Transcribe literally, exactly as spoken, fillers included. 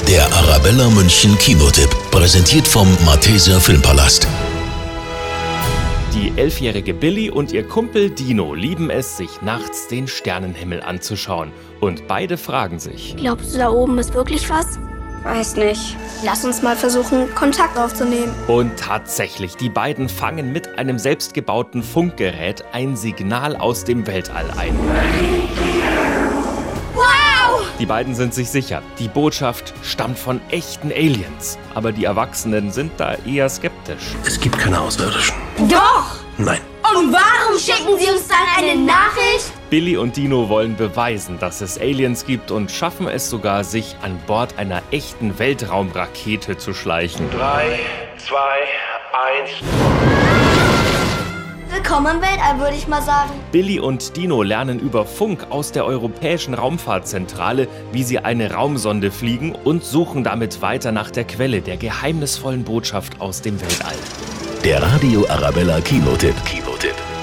Der Arabella München Kinotipp, präsentiert vom Malteser Filmpalast. Die elfjährige Billy und ihr Kumpel Dino lieben es, sich nachts den Sternenhimmel anzuschauen. Und beide fragen sich: Glaubst du, da oben ist wirklich was? Weiß nicht. Lass uns mal versuchen, Kontakt aufzunehmen. Und tatsächlich, die beiden fangen mit einem selbstgebauten Funkgerät ein Signal aus dem Weltall ein. Wow! Die beiden sind sich sicher, die Botschaft stammt von echten Aliens. Aber die Erwachsenen sind da eher skeptisch. Es gibt keine Außerirdischen. Doch! Nein. Und warum schicken sie uns dann eine Nachricht? Billy und Dino wollen beweisen, dass es Aliens gibt und schaffen es sogar, sich an Bord einer echten Weltraumrakete zu schleichen. Drei, zwei, eins. Willkommen im Weltall, würde ich mal sagen. Billy und Dino lernen über Funk aus der Europäischen Raumfahrtzentrale, wie sie eine Raumsonde fliegen und suchen damit weiter nach der Quelle der geheimnisvollen Botschaft aus dem Weltall. Der Radio Arabella Kinotipp. Kinotipp.